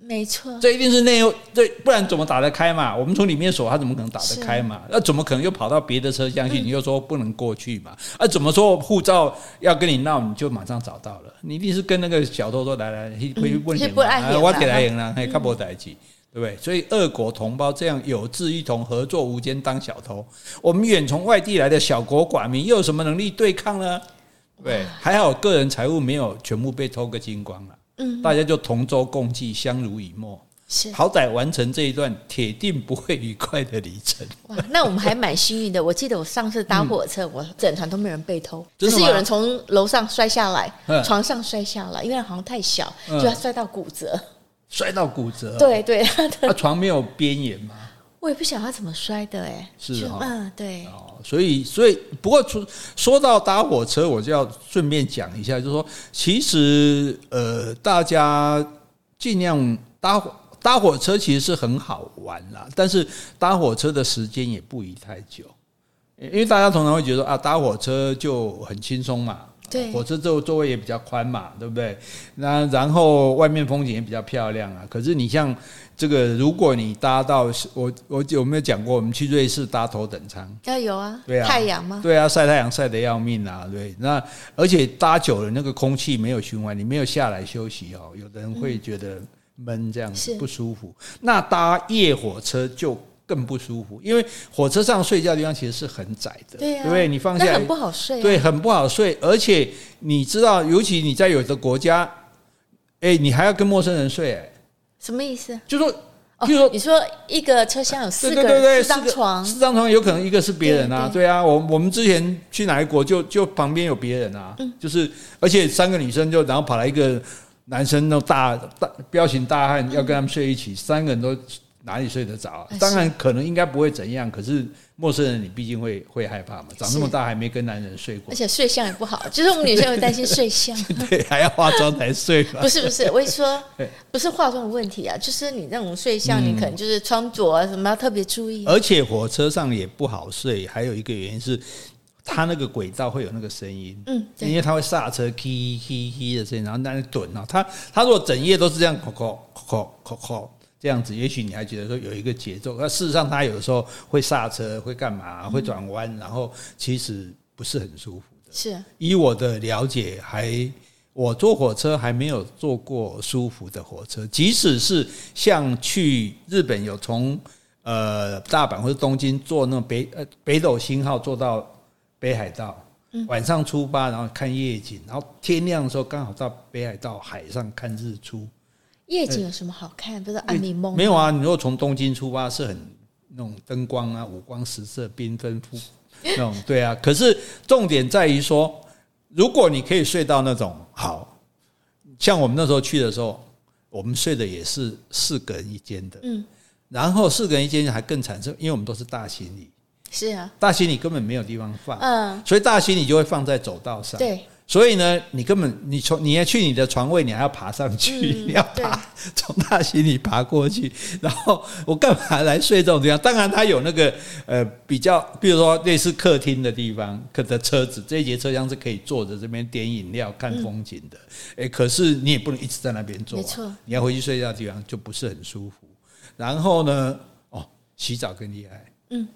没错， 这一定是内用，对，不然怎么打得开嘛？我们从里面锁，它怎么可能打得开嘛？那怎么可能又跑到别的车厢去？你又说不能过去嘛？怎么说护照要跟你闹，你就马上找到了？你一定是跟那个小偷说来，会问你嘛？我给来赢了，还看不代志，对不对？所以俄国同胞这样有志一同，合作无间当小偷，我们远从外地来的小国寡民，又有什么能力对抗呢？对，还好个人财物没有全部被偷个精光了。大家就同舟共济，相濡以沫，好歹完成这一段铁定不会愉快的旅程。 哇，那我们还蛮幸运的。我记得我上次搭火车，我整团都没有人被偷， 只是有人从楼上摔下来，床上摔下来，因为好像太小，就他摔到骨折。 摔到骨折？ 对对， 他床没有边沿吗？ 我也不晓得他怎么摔的， 是对。 所以，不过说到搭火车，我就要顺便讲一下，就是说，其实大家尽量搭火车其实是很好玩啦，但是搭火车的时间也不宜太久，因为大家通常会觉得搭火车就很轻松嘛。对，火车座位也比较宽嘛，对不对？那然后外面风景也比较漂亮啊。可是你像这个，如果你搭到我有没有讲过，我们去瑞士搭头等舱？有啊，对啊， 太阳吗？ 对啊，晒太阳晒得要命啊，对。那而且搭久了，那个空气没有循环，你没有下来休息哦，有的人会觉得闷，这样子不舒服。那搭夜火车就更不舒服，因为火车上睡觉的地方其实是很窄的，对不对？你放下来很不好睡， 对，很不好睡。而且你知道，尤其你在有的国家，你还要跟陌生人睡， 什么意思？ 就说，譬如说， 你说一个车厢有4个人，4张床 ，4张床有可能一个是别人啊，对啊。我们之前去哪一国就旁边有别人啊，就是而且3个女生然后跑来一个男生那种大彪形大汉要跟他们睡一起，3个人都。哪里睡得着？当然可能应该不会怎样，可是陌生人你毕竟会害怕嘛。长那么大还没跟男人睡过， 而且睡相也不好，就是我们女生会担心睡相。 对，还要化妆才睡嘛。 不是，我一说不是化妆的问题啊，就是你那种睡相，你可能就是穿着啊什么要特别注意。 而且火车上也不好睡，还有一个原因是。它那个轨道会有那个声音，因为它会刹车，叽叽叽的声音，然后在那顿啊，它如果整夜都是这样，扣这样子，也许你还觉得说有一个节奏，但事实上它有的时候会刹车，会干嘛，会转弯，然后其实不是很舒服的。 是， 以我的了解，我坐火车还没有坐过舒服的火车，即使是像去日本有从大阪或者东京坐那种北斗星号坐到北海道，晚上出发，然后看夜景，然后天亮的时候刚好到北海道海上看日出。 夜景有什么好看？不是安眠梦？ 没有啊，你如果从东京出发，是很那种灯光啊、五光十色、缤纷那种，对啊。可是重点在于说，如果你可以睡到那种好，像我们那时候去的时候，我们睡的也是4个人一间的，然后4个人一间还更惨，因为我们都是大行李。 是啊， 大行李根本没有地方放，所以大行李就会放在走道上。 对， 所以呢，你根本你要去你的床位，你还要爬上去，你要从大行李爬过去。然后我干嘛来睡这种地方？当然，它有那个比较，比如说类似客厅的地方，的车子这一节车厢是可以坐着这边点饮料、看风景的。可是你也不能一直在那边坐，没错，你要回去睡觉的地方就不是很舒服。然后呢，洗澡更厉害，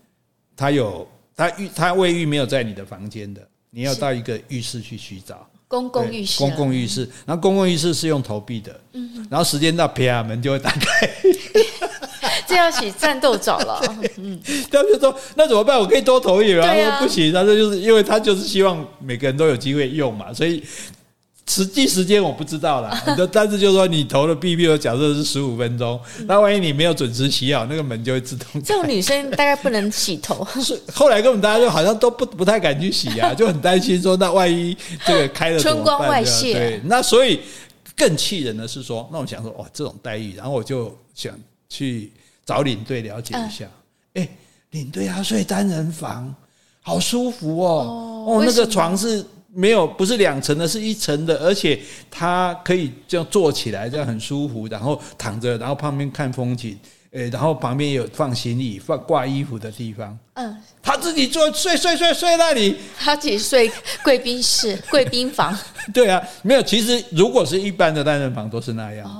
它卫浴没有在你的房间的，你要到一个浴室去洗澡， 公共浴室， 然后公共浴室是用投币的，然后时间到，啪，门就会打开， 这要洗战斗澡了。 他就说那怎么办？我可以多投一点，然后不行，他就是因为他就是希望每个人都有机会用嘛，所以。实际时间我不知道啦，但是就是说你投了币，比如假设是15分钟，那万一你没有准时洗好，那个门就会自动开。 这种女生大概不能洗头。 后来根本大家就好像都不太敢去洗啊，就很担心说那万一这个开了怎么办？ 春光外泄。 对，那所以更气人的是说，那我想说这种待遇，然后我就想去找领队了解一下。领队要睡单人房，好舒服哦。那个床是。不是2层的，是1层的，而且它可以这样坐起来，这样很舒服，然后躺着，然后旁边看风景，然后旁边有放行李、放挂衣服的地方。他自己睡那里， 他自己睡贵宾室、贵宾房。 对啊，没有。其实如果是一般的单人房都是那样的。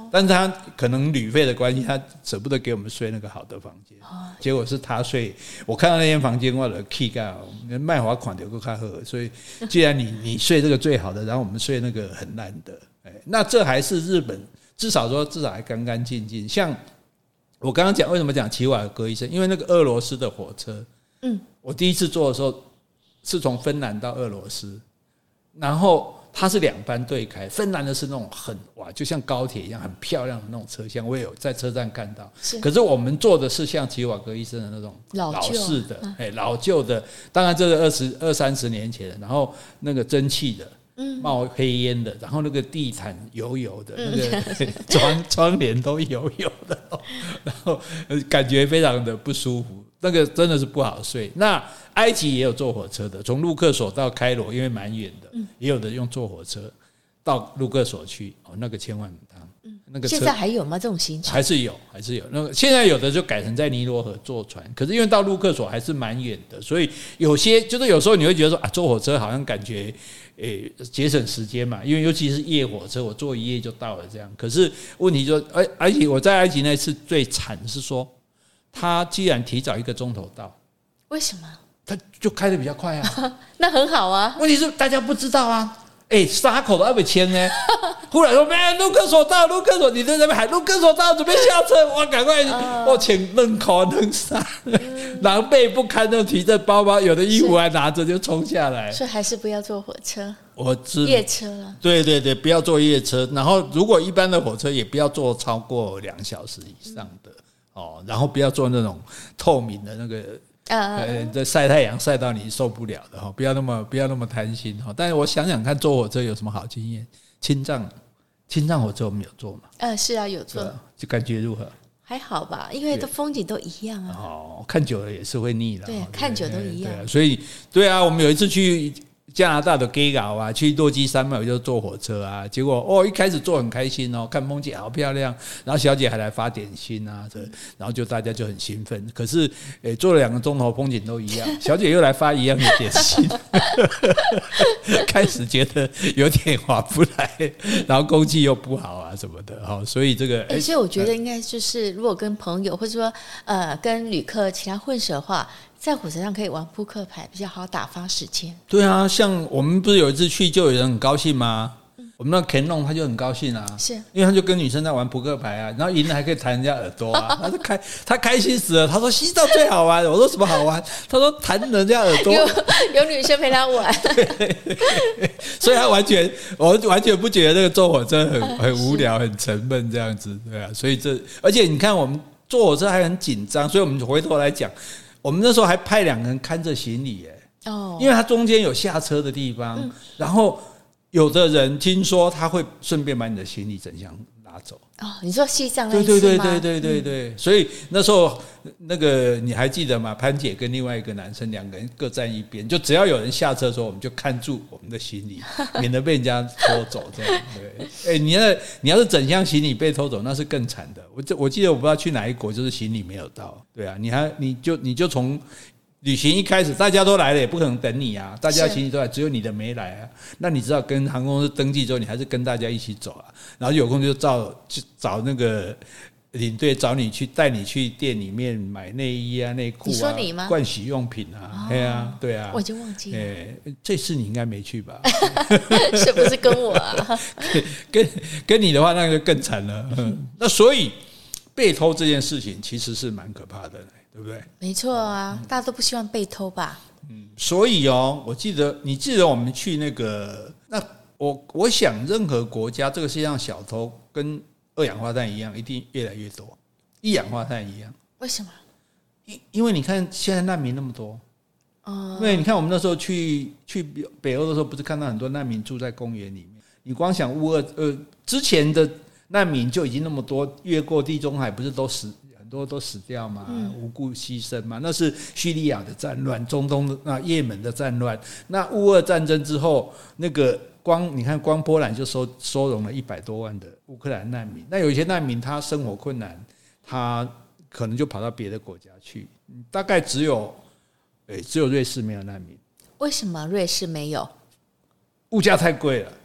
但是他可能旅费的关系，他舍不得给我们睡那个好的房间，结果是他睡。我看到那间房间，我的气盖卖华款就够看好，所以既然你睡这个最好的，然后我们睡那个很烂的，那这还是日本，至少还干干净净。像我刚刚讲为什么讲齐瓦格医生，因为那个俄罗斯的火车，我第一次坐的时候是从芬兰到俄罗斯，然后它是2班对开，芬兰的是那种就像高铁一样很漂亮的那种车厢，我也有在车站看到。可是我们坐的是像齐瓦格医生的那种老式的，老旧的，当然这个20-30年前的，然后那个蒸汽的。冒黑烟的，然后那个地毯油油的，那个窗帘都油油的，然后感觉非常的不舒服，那个真的是不好睡。那埃及也有坐火车的，从卢克索到开罗，因为蛮远的，也有的用坐火车到卢克索去，那个千万不当。那个现在还有吗？这种行程还是有。那个现在有的就改成在尼罗河坐船，可是因为到卢克索还是蛮远的，所以有些就是有时候你会觉得说坐火车好像感觉节省时间嘛，因为尤其是夜火车，我坐1夜就到了这样。可是问题就而且我在埃及那次最惨是说，他既然提早1个钟头到， 为什么？ 他就开得比较快啊。 那很好啊。 问题是大家不知道啊。沙口都还没签呢，忽然说卢克索到，卢克索，你在那边喊卢克索到，准备下车，我赶快，我请扔口扔沙，狼狈不堪，就提着包包，有的衣服还拿着就冲下来。 所以还是不要坐火车， 夜车了。 对，不要坐夜车，然后如果一般的火车也不要坐超过2小时以上的然后不要坐那种透明的那个。这晒太阳晒到你受不了的不要那么贪心但是我想想看，坐火车有什么好经验？青藏火车我们有坐吗？是啊，有坐。 就感觉如何？ 还好吧，因为的风景都一样看久了也是会腻的。 对，看久都一样。 所以对啊，我们有一次去加拿大的 Gaygal 啊，去落基山脉，我就坐火车啊，结果一开始坐很开心看风景好漂亮，然后小姐还来发点心啊，然后大家就很兴奋。可是坐了2个钟头，风景都一样，小姐又来发一样的点心，开始觉得有点划不来，然后空气又不好啊什么的所以这个所以我觉得应该就是如果跟朋友或者说跟旅客其他混熟的话，在火车上可以玩扑克牌，比较好打发时间。对啊，像我们不是有一次去，就有人很高兴吗？我们那 Kenon 他就很高兴啊， 是因为他就跟女生在玩扑克牌啊，然后赢了还可以弹人家耳朵啊，他开心死了。他说洗澡最好玩，我说什么好玩？他说弹人家耳朵， 有女生陪他玩， 所以我完全不觉得这个坐火车很无聊、很沉闷这样子，对啊。所以而且你看我们坐火车还很紧张，所以我们回头来讲。我们那时候还派2个人看着行李因为它中间有下车的地方，然后有的人听说他会顺便把你的行李整箱拉走。 你说西藏那一次吗？ 对，所以那时候那个你还记得吗？潘姐跟另外一个男生2个人各站一边，就只要有人下车的时候，我们就看住我们的行李，免得被人家偷走这样。对，你要是整箱行李被偷走，那是更惨的。我记得我不知道去哪一国，就是行李没有到。对啊，你就从旅行一开始大家都来了，也不可能等你啊，大家行李都来，只有你的没来啊。那你知道跟航空公司登记之后，你还是跟大家一起走啊，然后有空就找那个领队带你去店里面买内衣啊、内裤啊、 你说你吗？ 盥洗用品啊，对啊， 我已经忘记了。 这次你应该没去吧？ 是不是跟我啊？ 跟你的话，那就更惨了。那所以被偷这件事情其实是蛮可怕的。对不对？ 没错啊，大家都不希望被偷吧？ 所以你记得我们去那个，那我想任何国家这个世界上小偷跟2氧化碳一样，一定越来越多，1氧化碳一样。 为什么？ 因为你看现在难民那么多因为你看我们那时候去北欧的时候，不是看到很多难民住在公园里面？你光想之前的难民就已经那么多，越过地中海不是很多都死掉嘛，无故牺牲嘛，那是叙利亚的战乱，中东的也门的战乱，那乌俄战争之后，那个你看光波兰就收容了100多万的乌克兰难民，那有一些难民他生活困难，他可能就跑到别的国家去，大概只有瑞士没有难民。 为什么瑞士没有？ 物价太贵了。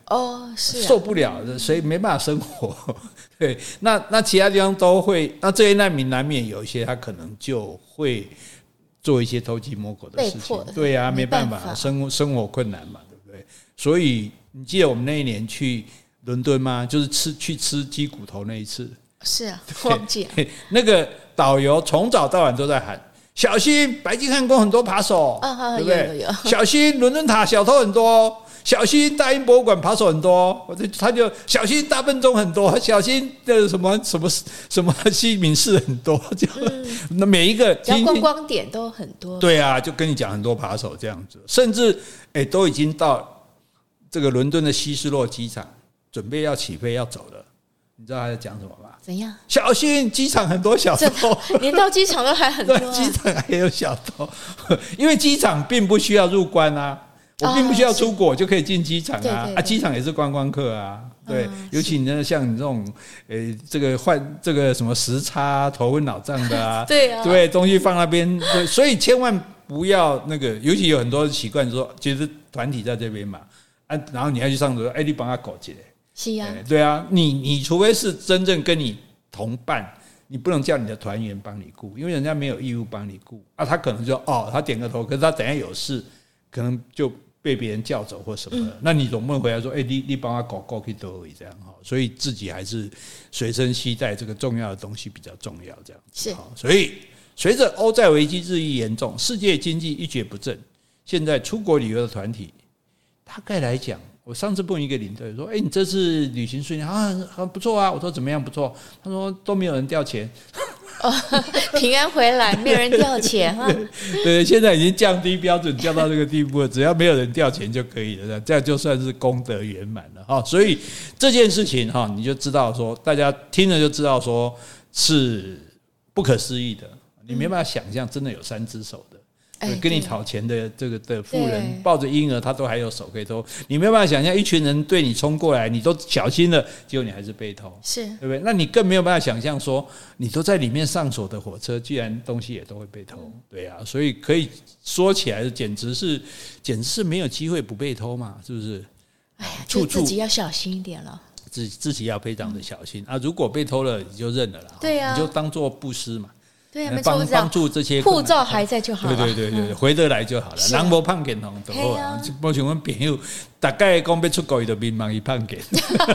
是受不了，所以没办法生活。对，那其他地方都会，那这些难民难免有一些他可能就会做一些偷鸡摸狗的事情，对啊，没办法，生活困难嘛，对不对？所以你记得我们那一年去伦敦吗？就是去吃鸡骨头那一次。 是啊，忘记了。 那个导游从早到晚都在喊。小心白金汉宫很多扒手，对不对？ 有小心伦敦塔小偷很多，小心大英博物馆扒手很多，他就小心大笨钟很多，小心的什么西敏寺很多，那每一个观光点都很多。 对啊，就跟你讲很多扒手这样子，甚至都已经到这个伦敦的希斯洛机场，准备要起飞要走了。你知道他在讲什么吗？ 怎样？ 小心机场很多小偷， 连到机场都还很多、 对，机场还有小偷，因为机场并不需要入关啊，我并不需要出国就可以进机场啊，对，机场也是观光客啊，对，尤其你像你这种这个换这个什么时差头昏脑胀的啊， 对啊， 对，东西放那边，对，所以千万不要那个，尤其有很多习惯说，其实团体在这边嘛，然后你要去上车，你帮他搞起来。 是啊， 对啊，你除非是真正跟你同伴，你不能叫你的团员帮你顾，因为人家没有义务帮你顾啊。他可能就他点个头，可是他等一下有事，可能就被别人叫走或什么的。那你总不能回来说，你帮他搞去都而已这样哈。所以自己还是随身携带这个重要的东西比较重要，这样是。 所以随着欧债危机日益严重，世界经济一蹶不振，现在出国旅游的团体，大概来讲。我上次问一个领队说：“你这次旅行顺利啊？不错啊。”我说：“怎么样？不错。”他说：“都没有人掉钱， 平安回来，没有人掉钱啊。” 对，现在已经降低标准，降到这个地步了，只要没有人掉钱就可以了，这样就算是功德圆满了哈。所以这件事情哈，你就知道说，大家听了就知道说是不可思议的，你没办法想象，真的有3只手的。跟你讨钱的这个的富人抱着婴儿，他都还有手可以偷，你没有办法想象一群人对你冲过来，你都小心了，结果你还是被偷， 是对不对？那你更没有办法想象说，你都在里面上锁的火车，居然东西也都会被偷，对啊，所以可以说起来，简直是没有机会不被偷嘛，是不是？ 哎呀，就自己要小心一点了。 自己要非常的小心啊！如果被偷了，你就认了啦， 对啊， 你就当做布施嘛。 对啊，没错， 帮助这些护照还在就好了。 对，回得来就好了。人无碰见就好啊。我像阮朋友，大概讲要出国，伊就迷茫一碰见，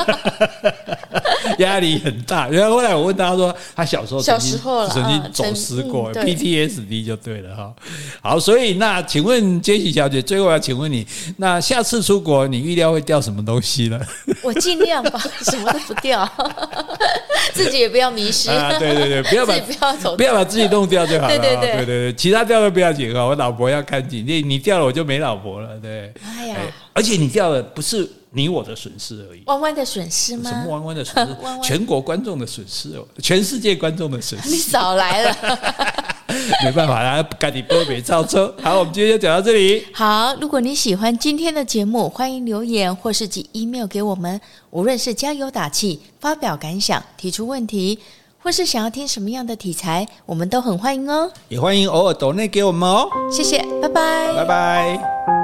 压力很大。然后后来我问他说，他小时候曾经走失过 ，PTSD 就对了哈。好，所以那请问杰西小姐，最后要请问你，那下次出国你预料会掉什么东西呢？ 我尽量吧，什么都不掉，自己也不要迷失啊！对，不要把自己弄掉就好了。对，其他掉都不要紧啊！我老婆要看紧，你掉了我就没老婆了。对， 哎呀， 而且你掉了不是你我的损失而已， 弯弯的损失吗？ 什么弯弯的损失？全国观众的损失哦，全世界观众的损失。 你少来了。 没办法啦，赶紧波别造车。好，我们今天就讲到这里。 好，如果你喜欢今天的节目，欢迎留言或是寄 email 给我们。无论是加油打气、发表感想、提出问题，或是想要听什么样的题材，我们都很欢迎哦。 也欢迎偶尔抖内给我们哦。 谢谢，拜拜， 拜拜。